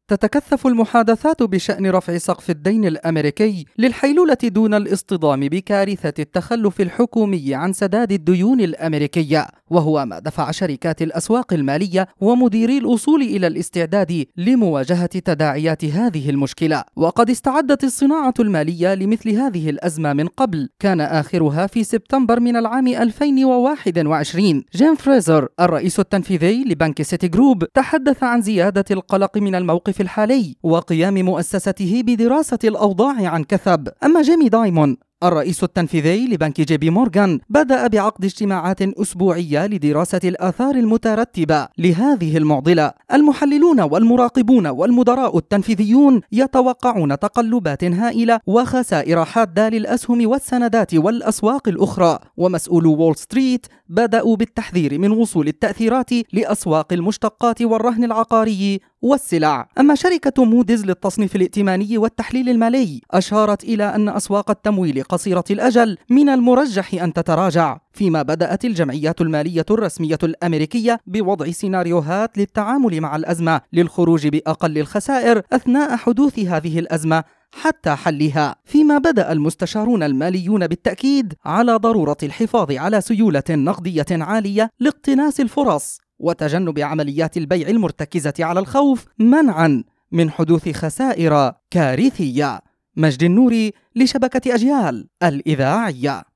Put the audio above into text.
تتكثف المحادثات بشأن رفع سقف الدين الأمريكي للحيلولة دون الاصطدام بكارثة التخلف الحكومي عن سداد الديون الأمريكية، وهو ما دفع شركات الأسواق المالية ومديري الأصول إلى الاستعداد لمواجهة تداعيات هذه المشكلة. وقد استعدت الصناعة المالية لمثل هذه الأزمة من قبل، كان آخرها في سبتمبر من العام 2021. جيم فريزر الرئيس التنفيذي لبنك سيتي جروب تحدث عن زيادة القلق من الموقف الحالي وقيام مؤسسته بدراسة الأوضاع عن كثب. أما جيمي دايمون الرئيس التنفيذي لبنك جي بي مورغان بدأ بعقد اجتماعات أسبوعية لدراسة الآثار المترتبة لهذه المعضلة. المحللون والمراقبون والمدراء التنفيذيون يتوقعون تقلبات هائلة وخسائر حادة للأسهم والسندات والأسواق الأخرى، ومسؤولو وول ستريت بدأوا بالتحذير من وصول التأثيرات لأسواق المشتقات والرهن العقاري والسلع. أما شركة موديز للتصنيف الائتماني والتحليل المالي أشارت إلى أن أسواق التمويل قصيرة الأجل من المرجح أن تتراجع، فيما بدأت الجمعيات المالية الرسمية الأمريكية بوضع سيناريوهات للتعامل مع الأزمة للخروج بأقل الخسائر أثناء حدوث هذه الأزمة حتى حلها. فيما بدأ المستشارون الماليون بالتأكيد على ضرورة الحفاظ على سيولة نقدية عالية لاقتناص الفرص وتجنب عمليات البيع المرتكزة على الخوف منعا من حدوث خسائر كارثية. مجد النوري لشبكة أجيال الإذاعية.